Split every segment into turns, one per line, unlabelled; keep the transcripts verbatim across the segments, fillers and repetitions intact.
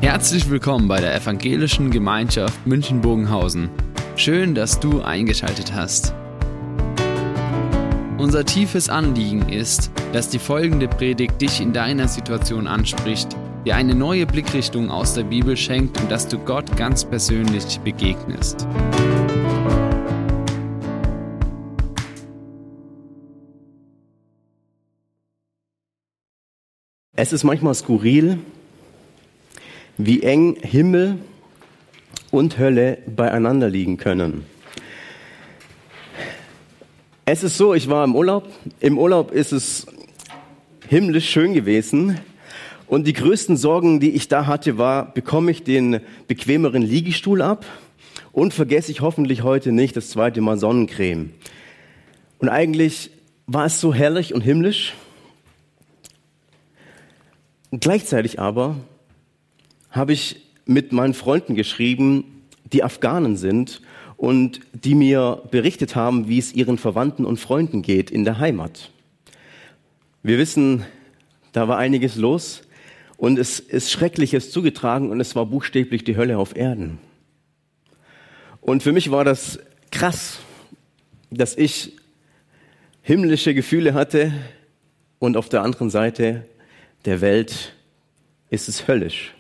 Herzlich willkommen bei der Evangelischen Gemeinschaft München-Bogenhausen. Schön, dass du eingeschaltet hast. Unser tiefes Anliegen ist, dass die folgende Predigt dich in deiner Situation anspricht, dir eine neue Blickrichtung aus der Bibel schenkt und dass du Gott ganz persönlich begegnest.
Es ist manchmal skurril, wie eng Himmel und Hölle beieinander liegen können. Es ist so, ich war im Urlaub. Im Urlaub ist es himmlisch schön gewesen. Und die größten Sorgen, die ich da hatte, war, bekomme ich den bequemeren Liegestuhl ab und vergesse ich hoffentlich heute nicht das zweite Mal Sonnencreme. Und eigentlich war es so herrlich und himmlisch. Und gleichzeitig aber habe ich mit meinen Freunden geschrieben, die Afghanen sind und die mir berichtet haben, wie es ihren Verwandten und Freunden geht in der Heimat. Wir wissen, da war einiges los und es ist Schreckliches zugetragen und es war buchstäblich die Hölle auf Erden. Und für mich war das krass, dass ich himmlische Gefühle hatte und auf der anderen Seite der Welt ist es höllisch.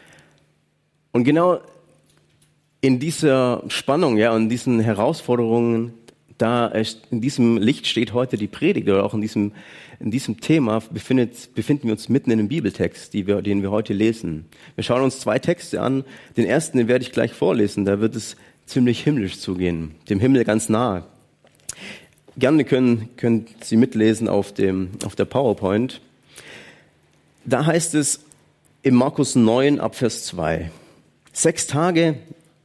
Und genau in dieser Spannung, ja, und in diesen Herausforderungen, da in diesem Licht steht heute die Predigt, oder auch in diesem, in diesem Thema befindet, befinden wir uns mitten in einem Bibeltext, die wir, den wir heute lesen. Wir schauen uns zwei Texte an. Den ersten, den werde ich gleich vorlesen, da wird es ziemlich himmlisch zugehen, dem Himmel ganz nahe. Gerne können, können Sie mitlesen auf dem, auf der PowerPoint. Da heißt es im Markus neun ab Vers zwei. Sechs Tage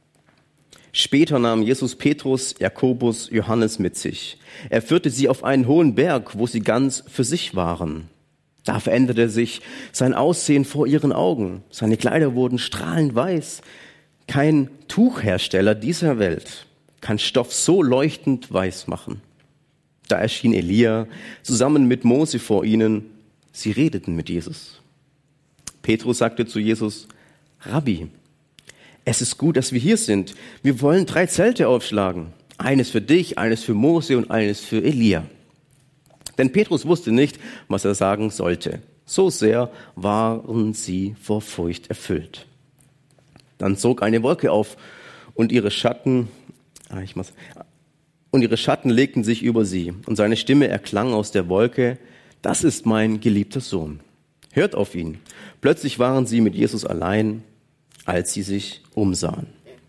später nahm Jesus Petrus, Jakobus, Johannes mit sich. Er führte sie auf einen hohen Berg, wo sie ganz für sich waren. Da veränderte sich sein Aussehen vor ihren Augen. Seine Kleider wurden strahlend weiß. Kein Tuchhersteller dieser Welt kann Stoff so leuchtend weiß machen. Da erschien Elia zusammen mit Mose vor ihnen. Sie redeten mit Jesus. Petrus sagte zu Jesus: Rabbi, es ist gut, dass wir hier sind. Wir wollen drei Zelte aufschlagen. Eines für dich, eines für Mose und eines für Elia. Denn Petrus wusste nicht, was er sagen sollte. So sehr waren sie vor Furcht erfüllt. Dann zog eine Wolke auf und ihre Schatten, ah, ich muss, und ihre Schatten legten sich über sie. Und seine Stimme erklang aus der Wolke: Das ist mein geliebter Sohn. Hört auf ihn. Plötzlich waren sie mit Jesus allein, als sie sich umsahen.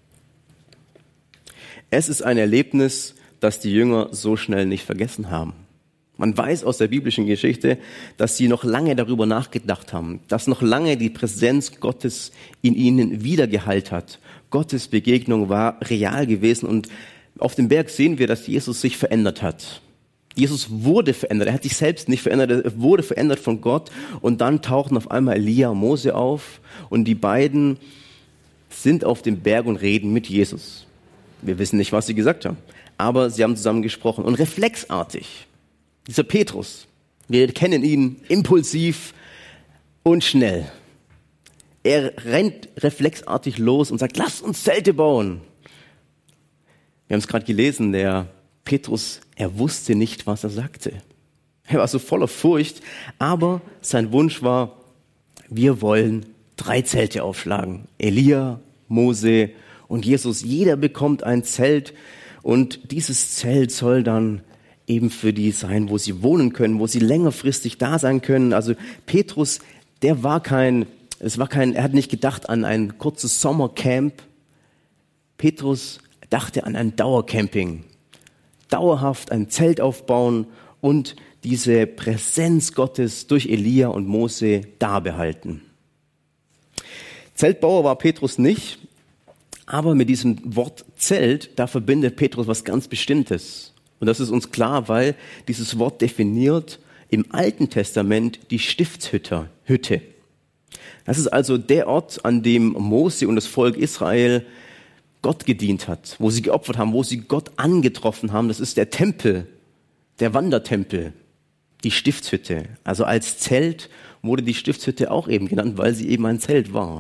Es ist ein Erlebnis, das die Jünger so schnell nicht vergessen haben. Man weiß aus der biblischen Geschichte, dass sie noch lange darüber nachgedacht haben, dass noch lange die Präsenz Gottes in ihnen wiedergehallt hat. Gottes Begegnung war real gewesen und auf dem Berg sehen wir, dass Jesus sich verändert hat. Jesus wurde verändert, er hat sich selbst nicht verändert, er wurde verändert von Gott und dann tauchen auf einmal Elia und Mose auf und die beiden sind auf dem Berg und reden mit Jesus. Wir wissen nicht, was sie gesagt haben, aber sie haben zusammen gesprochen und reflexartig, dieser Petrus, wir kennen ihn, impulsiv und schnell. Er rennt reflexartig los und sagt: Lasst uns Zelte bauen. Wir haben es gerade gelesen, der Petrus, er wusste nicht, was er sagte. Er war so voller Furcht, aber sein Wunsch war: Wir wollen drei Zelte aufschlagen. Elia, Mose und Jesus. Jeder bekommt ein Zelt und dieses Zelt soll dann eben für die sein, wo sie wohnen können, wo sie längerfristig da sein können. Also Petrus, der war kein, es war kein, er hat nicht gedacht an ein kurzes Sommercamp. Petrus dachte an ein Dauercamping. Dauerhaft ein Zelt aufbauen und diese Präsenz Gottes durch Elia und Mose darbehalten. Zeltbauer war Petrus nicht, aber mit diesem Wort Zelt, da verbindet Petrus was ganz Bestimmtes. Und das ist uns klar, weil dieses Wort definiert im Alten Testament die Stiftshütte. Hütte. Das ist also der Ort, an dem Mose und das Volk Israel Gott gedient hat, wo sie geopfert haben, wo sie Gott angetroffen haben. Das ist der Tempel, der Wandertempel, die Stiftshütte. Also als Zelt wurde die Stiftshütte auch eben genannt, weil sie eben ein Zelt war.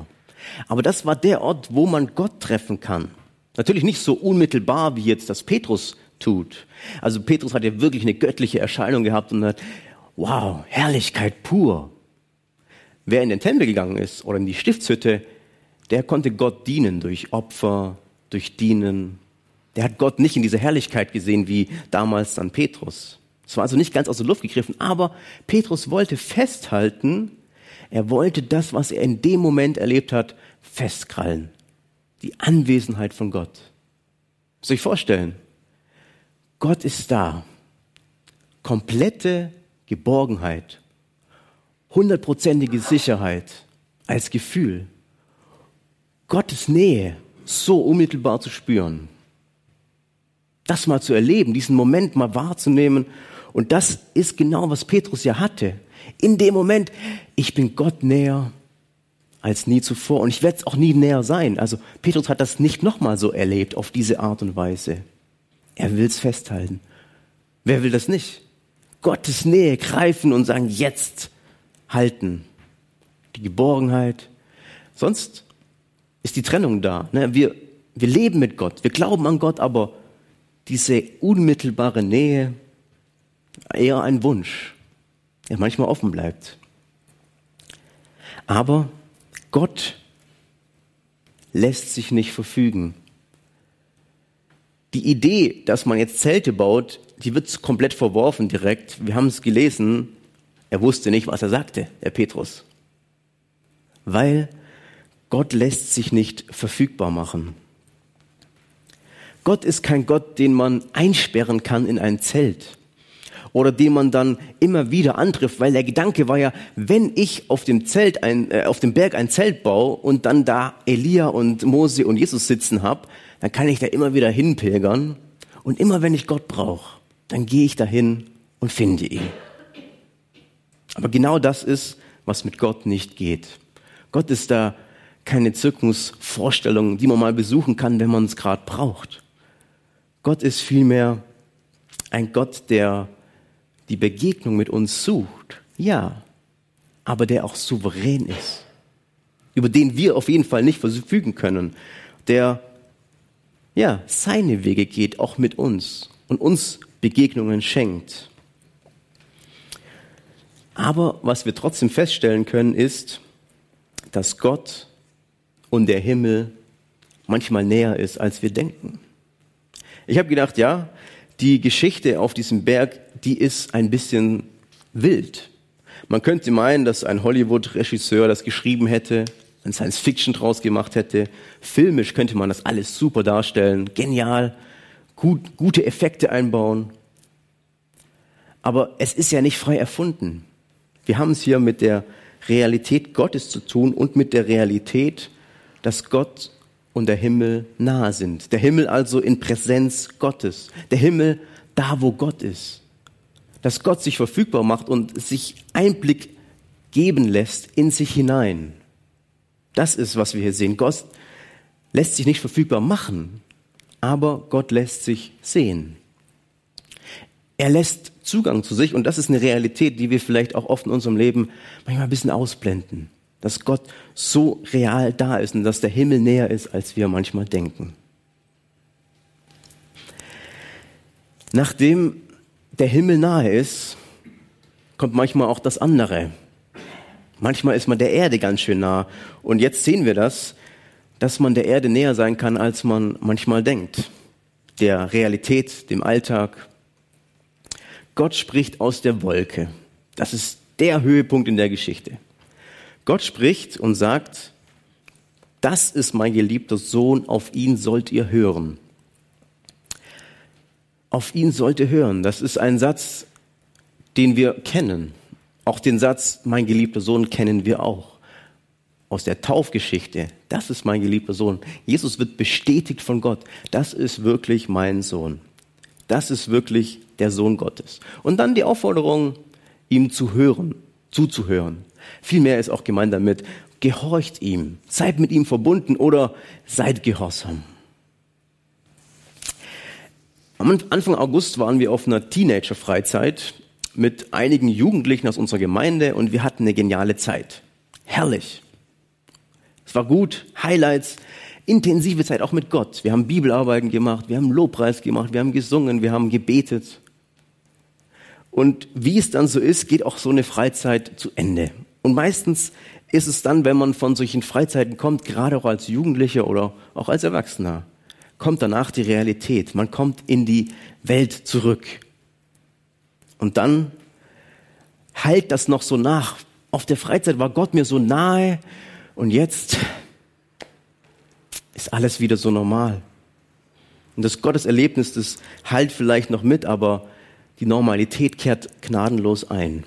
Aber das war der Ort, wo man Gott treffen kann. Natürlich nicht so unmittelbar, wie jetzt das Petrus tut. Also Petrus hat ja wirklich eine göttliche Erscheinung gehabt und hat, wow, Herrlichkeit pur. Wer in den Tempel gegangen ist oder in die Stiftshütte, der konnte Gott dienen durch Opfer, durch Dienen. Der hat Gott nicht in dieser Herrlichkeit gesehen wie damals dann Petrus. Es war also nicht ganz aus der Luft gegriffen, aber Petrus wollte festhalten, er wollte das, was er in dem Moment erlebt hat, festkrallen. Die Anwesenheit von Gott. Muss ich vorstellen, Gott ist da. Komplette Geborgenheit. Hundertprozentige Sicherheit als Gefühl. Gottes Nähe so unmittelbar zu spüren. Das mal zu erleben, diesen Moment mal wahrzunehmen. Und das ist genau, was Petrus ja hatte. In dem Moment, ich bin Gott näher als nie zuvor. Und ich werde es auch nie näher sein. Also Petrus hat das nicht nochmal so erlebt, auf diese Art und Weise. Er will es festhalten. Wer will das nicht? Gottes Nähe greifen und sagen, jetzt halten. Die Geborgenheit. Sonst ist die Trennung da. Wir, wir leben mit Gott, wir glauben an Gott, aber diese unmittelbare Nähe, eher ein Wunsch, der manchmal offen bleibt. Aber Gott lässt sich nicht verfügen. Die Idee, dass man jetzt Zelte baut, die wird komplett verworfen direkt. Wir haben es gelesen, er wusste nicht, was er sagte, der Petrus. Weil Gott lässt sich nicht verfügbar machen. Gott ist kein Gott, den man einsperren kann in ein Zelt oder den man dann immer wieder antrifft, weil der Gedanke war ja, wenn ich auf dem Zelt ein, äh, auf dem Berg ein Zelt baue und dann da Elia und Mose und Jesus sitzen habe, dann kann ich da immer wieder hinpilgern und immer wenn ich Gott brauche, dann gehe ich dahin und finde ihn. Aber genau das ist, was mit Gott nicht geht. Gott ist da keine Zirkusvorstellung, die man mal besuchen kann, wenn man es gerade braucht. Gott ist vielmehr ein Gott, der die Begegnung mit uns sucht, ja, aber der auch souverän ist, über den wir auf jeden Fall nicht verfügen können, der ja seine Wege geht, auch mit uns und uns Begegnungen schenkt. Aber was wir trotzdem feststellen können, ist, dass Gott und der Himmel manchmal näher ist, als wir denken. Ich habe gedacht, ja, die Geschichte auf diesem Berg, die ist ein bisschen wild. Man könnte meinen, dass ein Hollywood-Regisseur das geschrieben hätte, ein Science-Fiction draus gemacht hätte. Filmisch könnte man das alles super darstellen, genial, gut, gute Effekte einbauen. Aber es ist ja nicht frei erfunden. Wir haben es hier mit der Realität Gottes zu tun und mit der Realität, dass Gott und der Himmel nahe sind. Der Himmel also in Präsenz Gottes. Der Himmel da, wo Gott ist. Dass Gott sich verfügbar macht und sich Einblick geben lässt in sich hinein. Das ist, was wir hier sehen. Gott lässt sich nicht verfügbar machen, aber Gott lässt sich sehen. Er lässt Zugang zu sich und das ist eine Realität, die wir vielleicht auch oft in unserem Leben manchmal ein bisschen ausblenden. Dass Gott so real da ist und dass der Himmel näher ist, als wir manchmal denken. Nachdem der Himmel nahe ist, kommt manchmal auch das andere. Manchmal ist man der Erde ganz schön nah. Und jetzt sehen wir das, dass man der Erde näher sein kann, als man manchmal denkt. Der Realität, dem Alltag. Gott spricht aus der Wolke. Das ist der Höhepunkt in der Geschichte. Gott spricht und sagt, das ist mein geliebter Sohn, auf ihn sollt ihr hören. Auf ihn sollt ihr hören. Das ist ein Satz, den wir kennen. Auch den Satz, mein geliebter Sohn, kennen wir auch. Aus der Taufgeschichte. Das ist mein geliebter Sohn. Jesus wird bestätigt von Gott. Das ist wirklich mein Sohn. Das ist wirklich der Sohn Gottes. Und dann die Aufforderung, ihm zu hören, zuzuhören. Vielmehr ist auch gemeint damit, gehorcht ihm, seid mit ihm verbunden oder seid gehorsam. Am Anfang August waren wir auf einer Teenager-Freizeit mit einigen Jugendlichen aus unserer Gemeinde und wir hatten eine geniale Zeit. Herrlich. Es war gut, Highlights, intensive Zeit auch mit Gott. Wir haben Bibelarbeiten gemacht, wir haben Lobpreis gemacht, wir haben gesungen, wir haben gebetet. Und wie es dann so ist, geht auch so eine Freizeit zu Ende. Und meistens ist es dann, wenn man von solchen Freizeiten kommt, gerade auch als Jugendlicher oder auch als Erwachsener, kommt danach die Realität. Man kommt in die Welt zurück. Und dann hallt das noch so nach. Auf der Freizeit war Gott mir so nahe und jetzt ist alles wieder so normal. Und das Gotteserlebnis, das hallt vielleicht noch mit, aber die Normalität kehrt gnadenlos ein.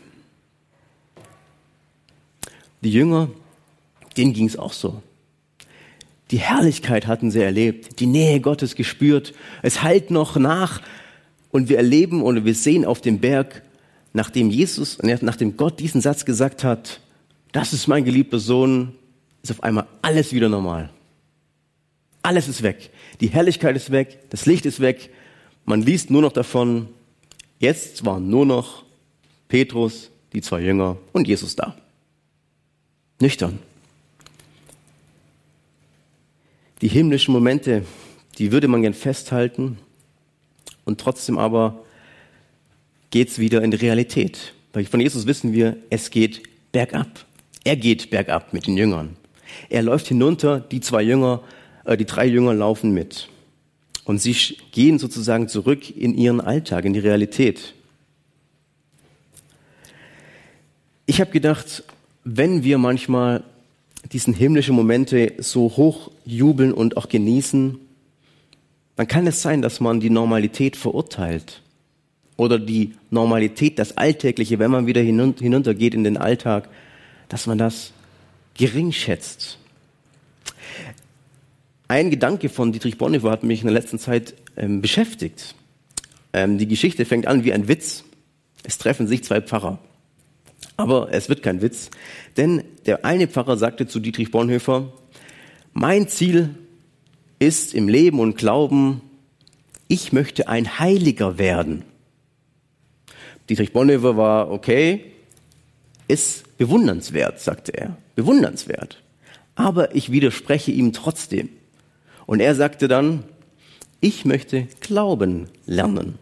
Die Jünger, denen ging es auch so. Die Herrlichkeit hatten sie erlebt, die Nähe Gottes gespürt. Es hallt noch nach und wir erleben oder wir sehen auf dem Berg, nachdem Jesus, nachdem Gott diesen Satz gesagt hat, das ist mein geliebter Sohn, ist auf einmal alles wieder normal. Alles ist weg. Die Herrlichkeit ist weg, das Licht ist weg. Man liest nur noch davon, jetzt waren nur noch Petrus, die zwei Jünger und Jesus da. Nüchtern. Die himmlischen Momente, die würde man gern festhalten und trotzdem aber geht's wieder in die Realität. Weil von Jesus wissen wir, es geht bergab. Er geht bergab mit den Jüngern. Er läuft hinunter, die zwei Jünger, äh, die drei Jünger laufen mit. Und sie gehen sozusagen zurück in ihren Alltag, in die Realität. Ich habe gedacht, wenn wir manchmal diesen himmlischen Momente so hoch jubeln und auch genießen, dann kann es sein, dass man die Normalität verurteilt. Oder die Normalität, das Alltägliche, wenn man wieder hinuntergeht in den Alltag, dass man das gering schätzt. Ein Gedanke von Dietrich Bonhoeffer hat mich in der letzten Zeit ähm, beschäftigt. Ähm, die Geschichte fängt an wie ein Witz. Es treffen sich zwei Pfarrer. Aber es wird kein Witz, denn der eine Pfarrer sagte zu Dietrich Bonhoeffer, mein Ziel ist im Leben und Glauben, ich möchte ein Heiliger werden. Dietrich Bonhoeffer war, okay, ist bewundernswert, sagte er, bewundernswert. Aber ich widerspreche ihm trotzdem. Und er sagte dann, ich möchte glauben lernen.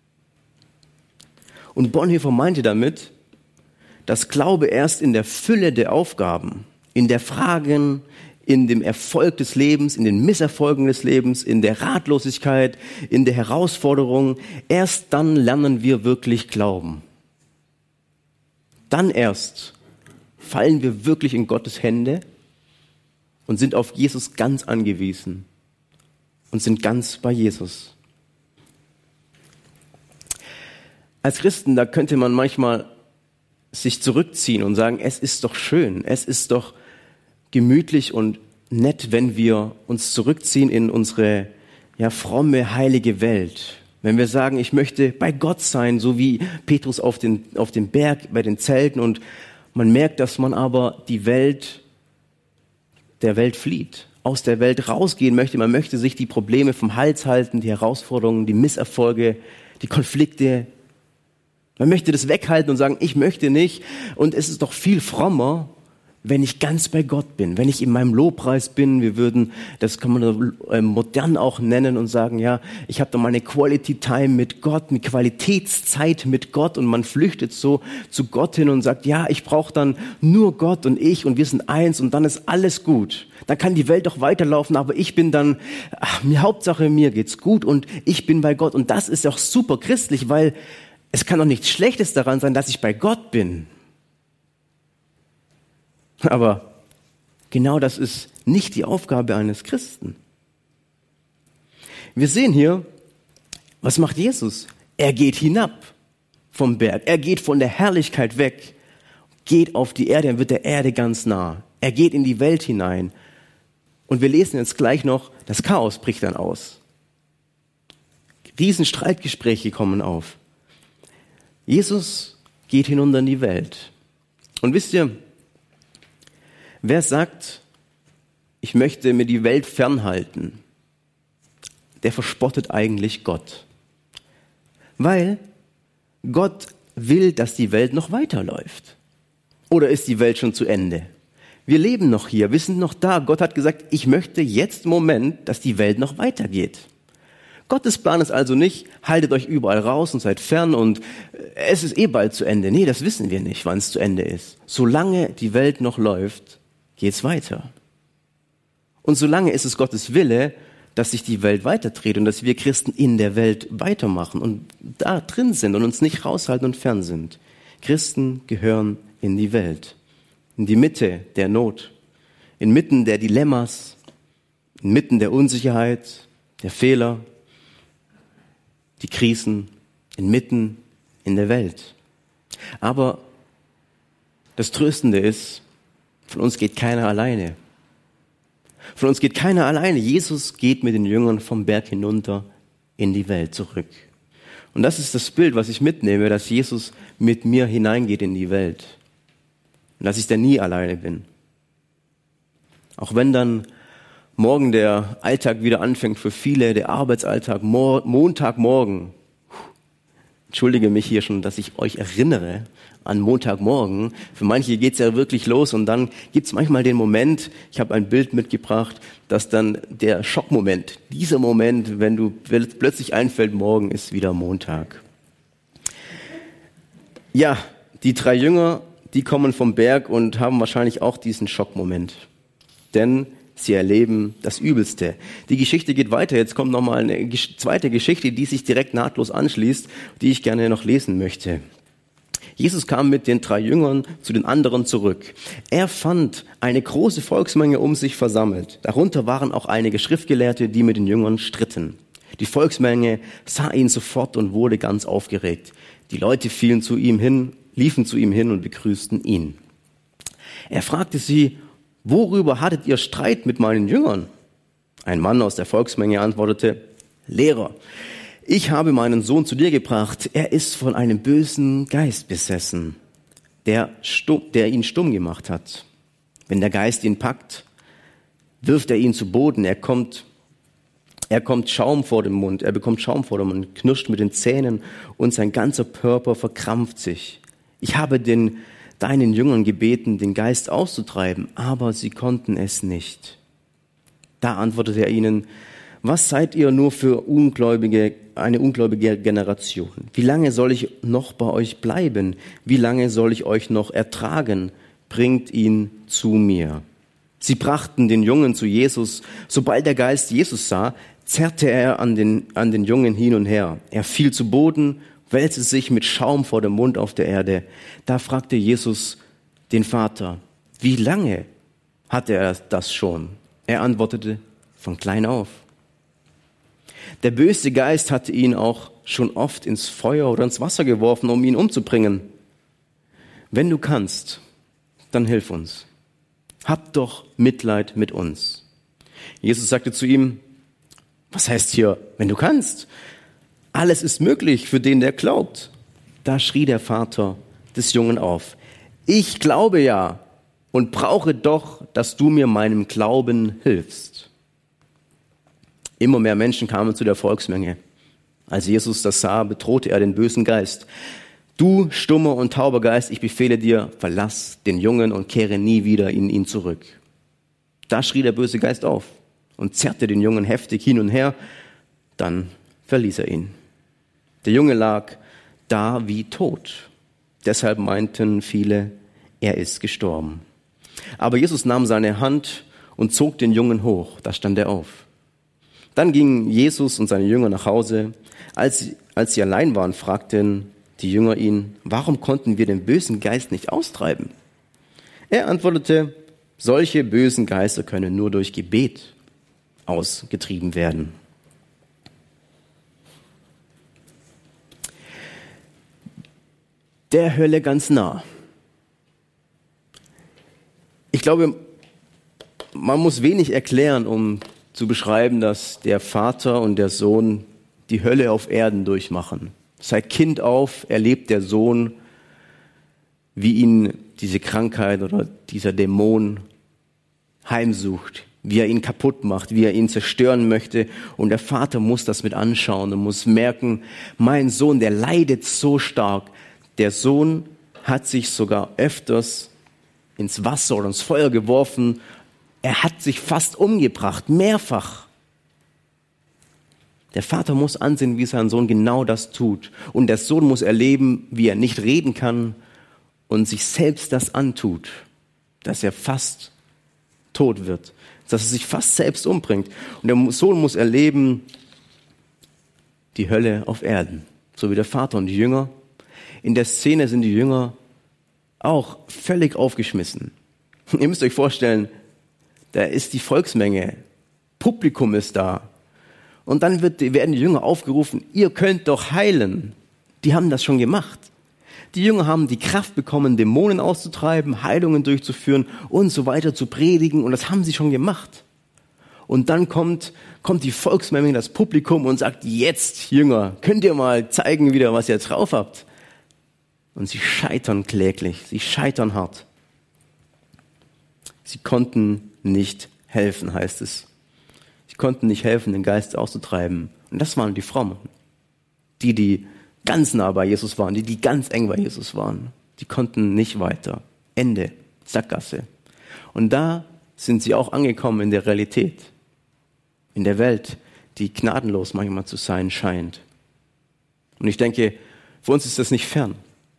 Und Bonhoeffer meinte damit, dass Glaube erst in der Fülle der Aufgaben, in der Fragen, in dem Erfolg des Lebens, in den Misserfolgen des Lebens, in der Ratlosigkeit, in der Herausforderung, erst dann lernen wir wirklich glauben. Dann erst fallen wir wirklich in Gottes Hände und sind auf Jesus ganz angewiesen und sind ganz bei Jesus. Als Christen, da könnte man manchmal sich zurückziehen und sagen, es ist doch schön, es ist doch gemütlich und nett, wenn wir uns zurückziehen in unsere ja, fromme, heilige Welt. Wenn wir sagen, ich möchte bei Gott sein, so wie Petrus auf, den, auf dem Berg, bei den Zelten, und man merkt, dass man aber die Welt, der Welt flieht, aus der Welt rausgehen möchte. Man möchte sich die Probleme vom Hals halten, die Herausforderungen, die Misserfolge, die Konflikte. Man möchte das weghalten und sagen, ich möchte nicht. Und es ist doch viel frommer, wenn ich ganz bei Gott bin, wenn ich in meinem Lobpreis bin. Wir würden, das kann man äh, modern auch nennen und sagen, ja, ich habe da meine Quality Time mit Gott, eine Qualitätszeit mit Gott, und man flüchtet so zu Gott hin und sagt, ja, ich brauche dann nur Gott und ich und wir sind eins und dann ist alles gut. Dann kann die Welt doch weiterlaufen, aber ich bin dann, ach, mir, Hauptsache mir geht's gut und ich bin bei Gott. Und das ist auch super christlich, weil es kann doch nichts Schlechtes daran sein, dass ich bei Gott bin. Aber genau das ist nicht die Aufgabe eines Christen. Wir sehen hier, was macht Jesus? Er geht hinab vom Berg. Er geht von der Herrlichkeit weg, geht auf die Erde, er wird der Erde ganz nah. Er geht in die Welt hinein. Und wir lesen jetzt gleich noch, das Chaos bricht dann aus. Riesenstreitgespräche kommen auf. Jesus geht hinunter in die Welt. Und wisst ihr, wer sagt, ich möchte mir die Welt fernhalten, der verspottet eigentlich Gott. Weil Gott will, dass die Welt noch weiterläuft. Oder ist die Welt schon zu Ende? Wir leben noch hier, wir sind noch da. Gott hat gesagt, ich möchte jetzt im Moment, dass die Welt noch weitergeht. Gottes Plan ist also nicht, haltet euch überall raus und seid fern und es ist eh bald zu Ende. Nee, das wissen wir nicht, wann es zu Ende ist. Solange die Welt noch läuft, geht's weiter. Und solange ist es Gottes Wille, dass sich die Welt weiterdreht und dass wir Christen in der Welt weitermachen und da drin sind und uns nicht raushalten und fern sind. Christen gehören in die Welt, in die Mitte der Not, inmitten der Dilemmas, inmitten der Unsicherheit, der Fehler, die Krisen, inmitten in der Welt. Aber das Tröstende ist, von uns geht keiner alleine. Von uns geht keiner alleine. Jesus geht mit den Jüngern vom Berg hinunter in die Welt zurück. Und das ist das Bild, was ich mitnehme, dass Jesus mit mir hineingeht in die Welt. Und dass ich da nie alleine bin. Auch wenn dann morgen der Alltag wieder anfängt für viele, der Arbeitsalltag, Mo- Montagmorgen. Entschuldige mich hier schon, dass ich euch erinnere an Montagmorgen. Für manche geht's ja wirklich los und dann gibt's manchmal den Moment, ich habe ein Bild mitgebracht, dass dann der Schockmoment, dieser Moment, wenn du wenn es plötzlich einfällt, morgen ist wieder Montag. Ja, die drei Jünger, die kommen vom Berg und haben wahrscheinlich auch diesen Schockmoment. Denn sie erleben das Übelste. Die Geschichte geht weiter. Jetzt kommt nochmal eine zweite Geschichte, die sich direkt nahtlos anschließt, die ich gerne noch lesen möchte. Jesus kam mit den drei Jüngern zu den anderen zurück. Er fand eine große Volksmenge um sich versammelt. Darunter waren auch einige Schriftgelehrte, die mit den Jüngern stritten. Die Volksmenge sah ihn sofort und wurde ganz aufgeregt. Die Leute fielen zu ihm hin, liefen zu ihm hin und begrüßten ihn. Er fragte sie: Worüber hattet ihr Streit mit meinen Jüngern? Ein Mann aus der Volksmenge antwortete: Lehrer, ich habe meinen Sohn zu dir gebracht. Er ist von einem bösen Geist besessen, der, stumm, der ihn stumm gemacht hat. Wenn der Geist ihn packt, wirft er ihn zu Boden. Er kommt, er kommt Schaum vor dem Mund. Er bekommt Schaum vor dem Mund, knirscht mit den Zähnen und sein ganzer Körper verkrampft sich. Ich habe den deinen Jüngern gebeten, den Geist auszutreiben, aber sie konnten es nicht. Da antwortete er ihnen: Was seid ihr nur für ungläubige, eine ungläubige Generation? Wie lange soll ich noch bei euch bleiben? Wie lange soll ich euch noch ertragen? Bringt ihn zu mir. Sie brachten den Jungen zu Jesus. Sobald der Geist Jesus sah, zerrte er an den, an den Jungen hin und her. Er fiel zu Boden, wälzte sich mit Schaum vor dem Mund auf der Erde. Da fragte Jesus den Vater: Wie lange hatte er das schon? Er antwortete: Von klein auf. Der böse Geist hatte ihn auch schon oft ins Feuer oder ins Wasser geworfen, um ihn umzubringen. Wenn du kannst, dann hilf uns. Hab doch Mitleid mit uns. Jesus sagte zu ihm: Was heißt hier, wenn du kannst? Alles ist möglich für den, der glaubt. Da schrie der Vater des Jungen auf: Ich glaube ja und brauche doch, dass du mir meinem Glauben hilfst. Immer mehr Menschen kamen zu der Volksmenge. Als Jesus das sah, bedrohte er den bösen Geist. Du stummer und tauber Geist, ich befehle dir, verlass den Jungen und kehre nie wieder in ihn zurück. Da schrie der böse Geist auf und zerrte den Jungen heftig hin und her. Dann verließ er ihn. Der Junge lag da wie tot. Deshalb meinten viele, er ist gestorben. Aber Jesus nahm seine Hand und zog den Jungen hoch. Da stand er auf. Dann gingen Jesus und seine Jünger nach Hause. Als sie, als sie allein waren, fragten die Jünger ihn: Warum konnten wir den bösen Geist nicht austreiben? Er antwortete: Solche bösen Geister können nur durch Gebet ausgetrieben werden. Der Hölle ganz nah. Ich glaube, man muss wenig erklären, um zu beschreiben, dass der Vater und der Sohn die Hölle auf Erden durchmachen. Seit Kind auf erlebt der Sohn, wie ihn diese Krankheit oder dieser Dämon heimsucht, wie er ihn kaputt macht, wie er ihn zerstören möchte. Und der Vater muss das mit anschauen und muss merken, mein Sohn, der leidet so stark. Der Sohn hat sich sogar öfters ins Wasser oder ins Feuer geworfen. Er hat sich fast umgebracht, mehrfach. Der Vater muss ansehen, wie sein Sohn genau das tut. Und der Sohn muss erleben, wie er nicht reden kann und sich selbst das antut, dass er fast tot wird, dass er sich fast selbst umbringt. Und der Sohn muss erleben, die Hölle auf Erden, so wie der Vater und die Jünger. In der Szene sind die Jünger auch völlig aufgeschmissen. Ihr müsst euch vorstellen, da ist die Volksmenge, Publikum ist da. Und dann wird, werden die Jünger aufgerufen, ihr könnt doch heilen. Die haben das schon gemacht. Die Jünger haben die Kraft bekommen, Dämonen auszutreiben, Heilungen durchzuführen und so weiter zu predigen. Und das haben sie schon gemacht. Und dann kommt, kommt die Volksmenge, das Publikum und sagt, jetzt Jünger, könnt ihr mal zeigen wieder, was ihr drauf habt. Und sie scheitern kläglich, sie scheitern hart. Sie konnten nicht helfen, heißt es. Sie konnten nicht helfen, den Geist auszutreiben. Und das waren die Frommen. Die, die ganz nah bei Jesus waren, die, die ganz eng bei Jesus waren. Die konnten nicht weiter. Ende, Sackgasse. Und da sind sie auch angekommen in der Realität. In der Welt, die gnadenlos manchmal zu sein scheint. Und ich denke, für uns ist das nicht fern.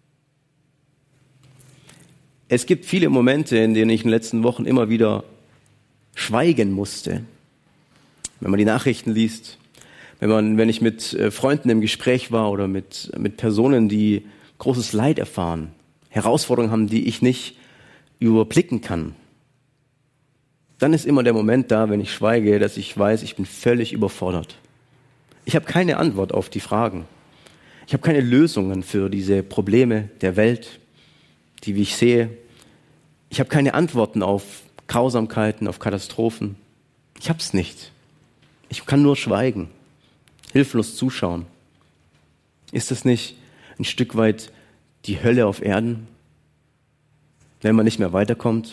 Es gibt viele Momente, in denen ich in den letzten Wochen immer wieder schweigen musste. Wenn man die Nachrichten liest, wenn man, wenn ich mit Freunden im Gespräch war oder mit, mit Personen, die großes Leid erfahren, Herausforderungen haben, die ich nicht überblicken kann, dann ist immer der Moment da, wenn ich schweige, dass ich weiß, ich bin völlig überfordert. Ich habe keine Antwort auf die Fragen. Ich habe keine Lösungen für diese Probleme der Welt, die, wie ich sehe. Ich habe keine Antworten auf Grausamkeiten, auf Katastrophen. Ich habe es nicht. Ich kann nur schweigen, hilflos zuschauen. Ist das nicht ein Stück weit die Hölle auf Erden, wenn man nicht mehr weiterkommt?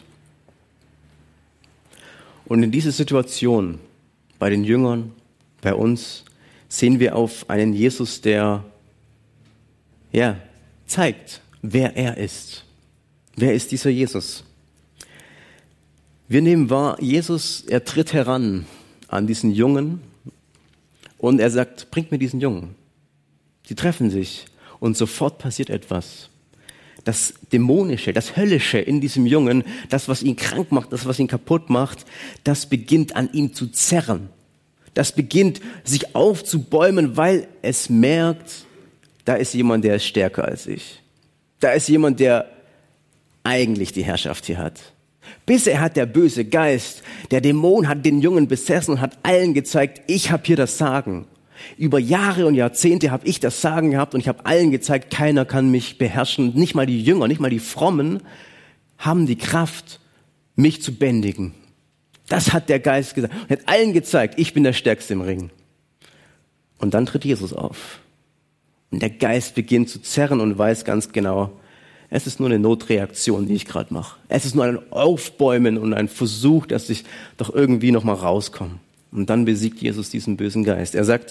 Und in dieser Situation, bei den Jüngern, bei uns, sehen wir auf einen Jesus, der ja, zeigt, wer er ist. Wer ist dieser Jesus? Wir nehmen wahr, Jesus, er tritt heran an diesen Jungen und er sagt, bringt mir diesen Jungen. Sie treffen sich und sofort passiert etwas. Das Dämonische, das Höllische in diesem Jungen, das, was ihn krank macht, das, was ihn kaputt macht, das beginnt an ihm zu zerren. Das beginnt sich aufzubäumen, weil es merkt, da ist jemand, der ist stärker als ich. Da ist jemand, der eigentlich die Herrschaft hier hat. Bisher hat der böse Geist, der Dämon hat den Jungen besessen und hat allen gezeigt, ich habe hier das Sagen. Über Jahre und Jahrzehnte habe ich das Sagen gehabt und ich habe allen gezeigt, keiner kann mich beherrschen. Nicht mal die Jünger, nicht mal die Frommen haben die Kraft, mich zu bändigen. Das hat der Geist gesagt und hat allen gezeigt, ich bin der Stärkste im Ring. Und dann tritt Jesus auf. Und der Geist beginnt zu zerren und weiß ganz genau, es ist nur eine Notreaktion, die ich gerade mache. Es ist nur ein Aufbäumen und ein Versuch, dass ich doch irgendwie noch mal rauskomme. Und dann besiegt Jesus diesen bösen Geist. Er sagt,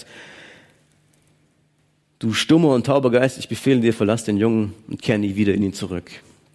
du stummer und tauber Geist, ich befehle dir, verlass den Jungen und kehr nie wieder in ihn zurück.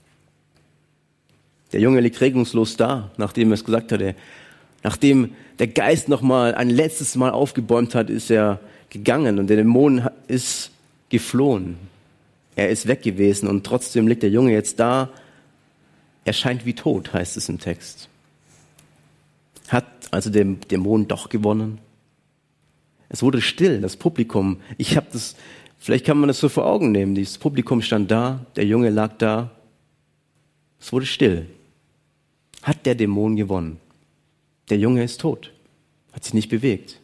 Der Junge liegt regungslos da, nachdem er es gesagt hatte. Nachdem der Geist noch mal ein letztes Mal aufgebäumt hat, ist er gegangen und der Dämon ist geflohen. Er ist weg gewesen und trotzdem liegt der Junge jetzt da. Er scheint wie tot, heißt es im Text. Hat also der Dämon doch gewonnen? Es wurde still, das Publikum. Ich habe das, vielleicht kann man das so vor Augen nehmen. Das Publikum stand da, der Junge lag da. Es wurde still. Hat der Dämon gewonnen? Der Junge ist tot, hat sich nicht bewegt.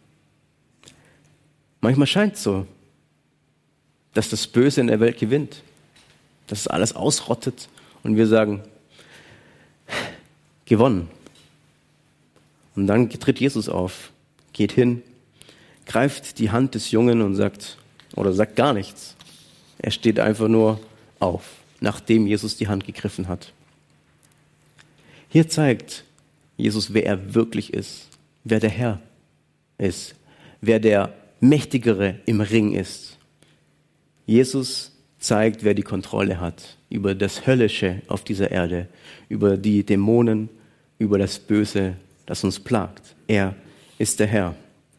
Manchmal scheint es so, dass das Böse in der Welt gewinnt, dass es alles ausrottet und wir sagen, gewonnen. Und dann tritt Jesus auf, geht hin, greift die Hand des Jungen und sagt, oder sagt gar nichts. Er steht einfach nur auf, nachdem Jesus die Hand gegriffen hat. Hier zeigt Jesus, wer er wirklich ist, wer der Herr ist, wer der Mächtigere im Ring ist. Jesus zeigt, wer die Kontrolle hat über das Höllische auf dieser Erde, über die Dämonen, über das Böse, das uns plagt. Er ist der Herr.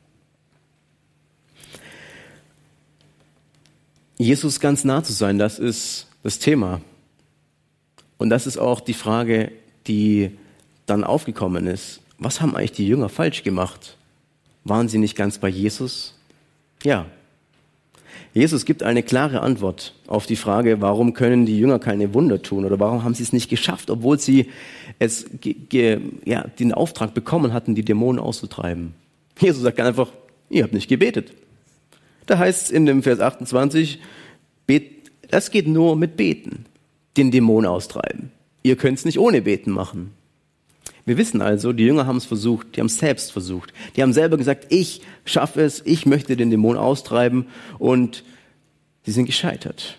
Jesus ganz nah zu sein, das ist das Thema. Und das ist auch die Frage, die dann aufgekommen ist. Was haben eigentlich die Jünger falsch gemacht? Waren sie nicht ganz bei Jesus? Ja. Jesus gibt eine klare Antwort auf die Frage, warum können die Jünger keine Wunder tun oder warum haben sie es nicht geschafft, obwohl sie es, ge, ge, ja, den Auftrag bekommen hatten, die Dämonen auszutreiben. Jesus sagt einfach, ihr habt nicht gebetet. Da heißt es in dem Vers achtundzwanzig, bet, das geht nur mit Beten, den Dämon austreiben. Ihr könnt es nicht ohne Beten machen. Wir wissen also, die Jünger haben es versucht, die haben es selbst versucht. Die haben selber gesagt, ich schaffe es, ich möchte den Dämon austreiben und sie sind gescheitert.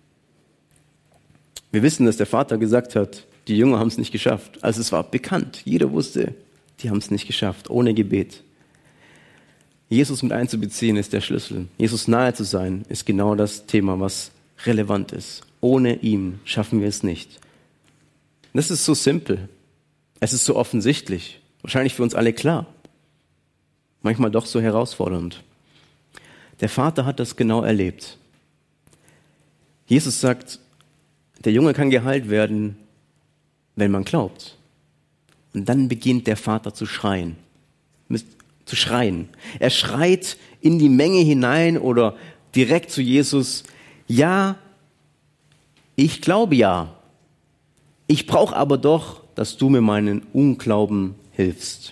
Wir wissen, dass der Vater gesagt hat, die Jünger haben es nicht geschafft. Also es war bekannt, jeder wusste, die haben es nicht geschafft, ohne Gebet. Jesus mit einzubeziehen ist der Schlüssel. Jesus nahe zu sein ist genau das Thema, was relevant ist. Ohne ihn schaffen wir es nicht. Das ist so simpel. Es ist so offensichtlich. Wahrscheinlich für uns alle klar. Manchmal doch so herausfordernd. Der Vater hat das genau erlebt. Jesus sagt, der Junge kann geheilt werden, wenn man glaubt. Und dann beginnt der Vater zu schreien. Zu schreien. Er schreit in die Menge hinein oder direkt zu Jesus, ja, ich glaube ja. Ich brauche aber doch, dass du mir meinen Unglauben hilfst.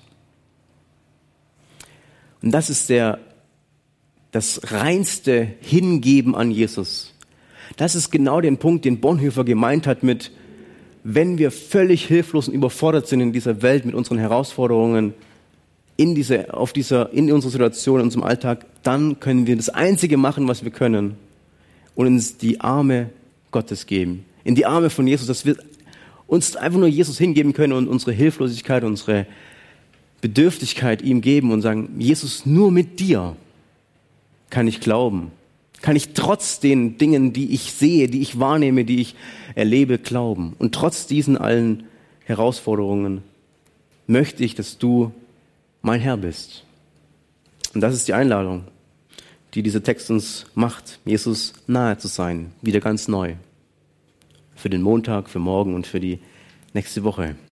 Und das ist der, das reinste Hingeben an Jesus. Das ist genau der Punkt, den Bonhoeffer gemeint hat mit, wenn wir völlig hilflos und überfordert sind in dieser Welt mit unseren Herausforderungen, in diese, auf dieser, in unserer Situation, in unserem Alltag, dann können wir das Einzige machen, was wir können und uns die Arme Gottes geben. In die Arme von Jesus, dass wir uns einfach nur Jesus hingeben können und unsere Hilflosigkeit, unsere Bedürftigkeit ihm geben und sagen, Jesus, nur mit dir kann ich glauben. Kann ich trotz den Dingen, die ich sehe, die ich wahrnehme, die ich erlebe, glauben. Und trotz diesen allen Herausforderungen möchte ich, dass du mein Herr bist. Und das ist die Einladung, die dieser Text uns macht, Jesus nahe zu sein, wieder ganz neu. Für den Montag, für morgen und für die nächste Woche.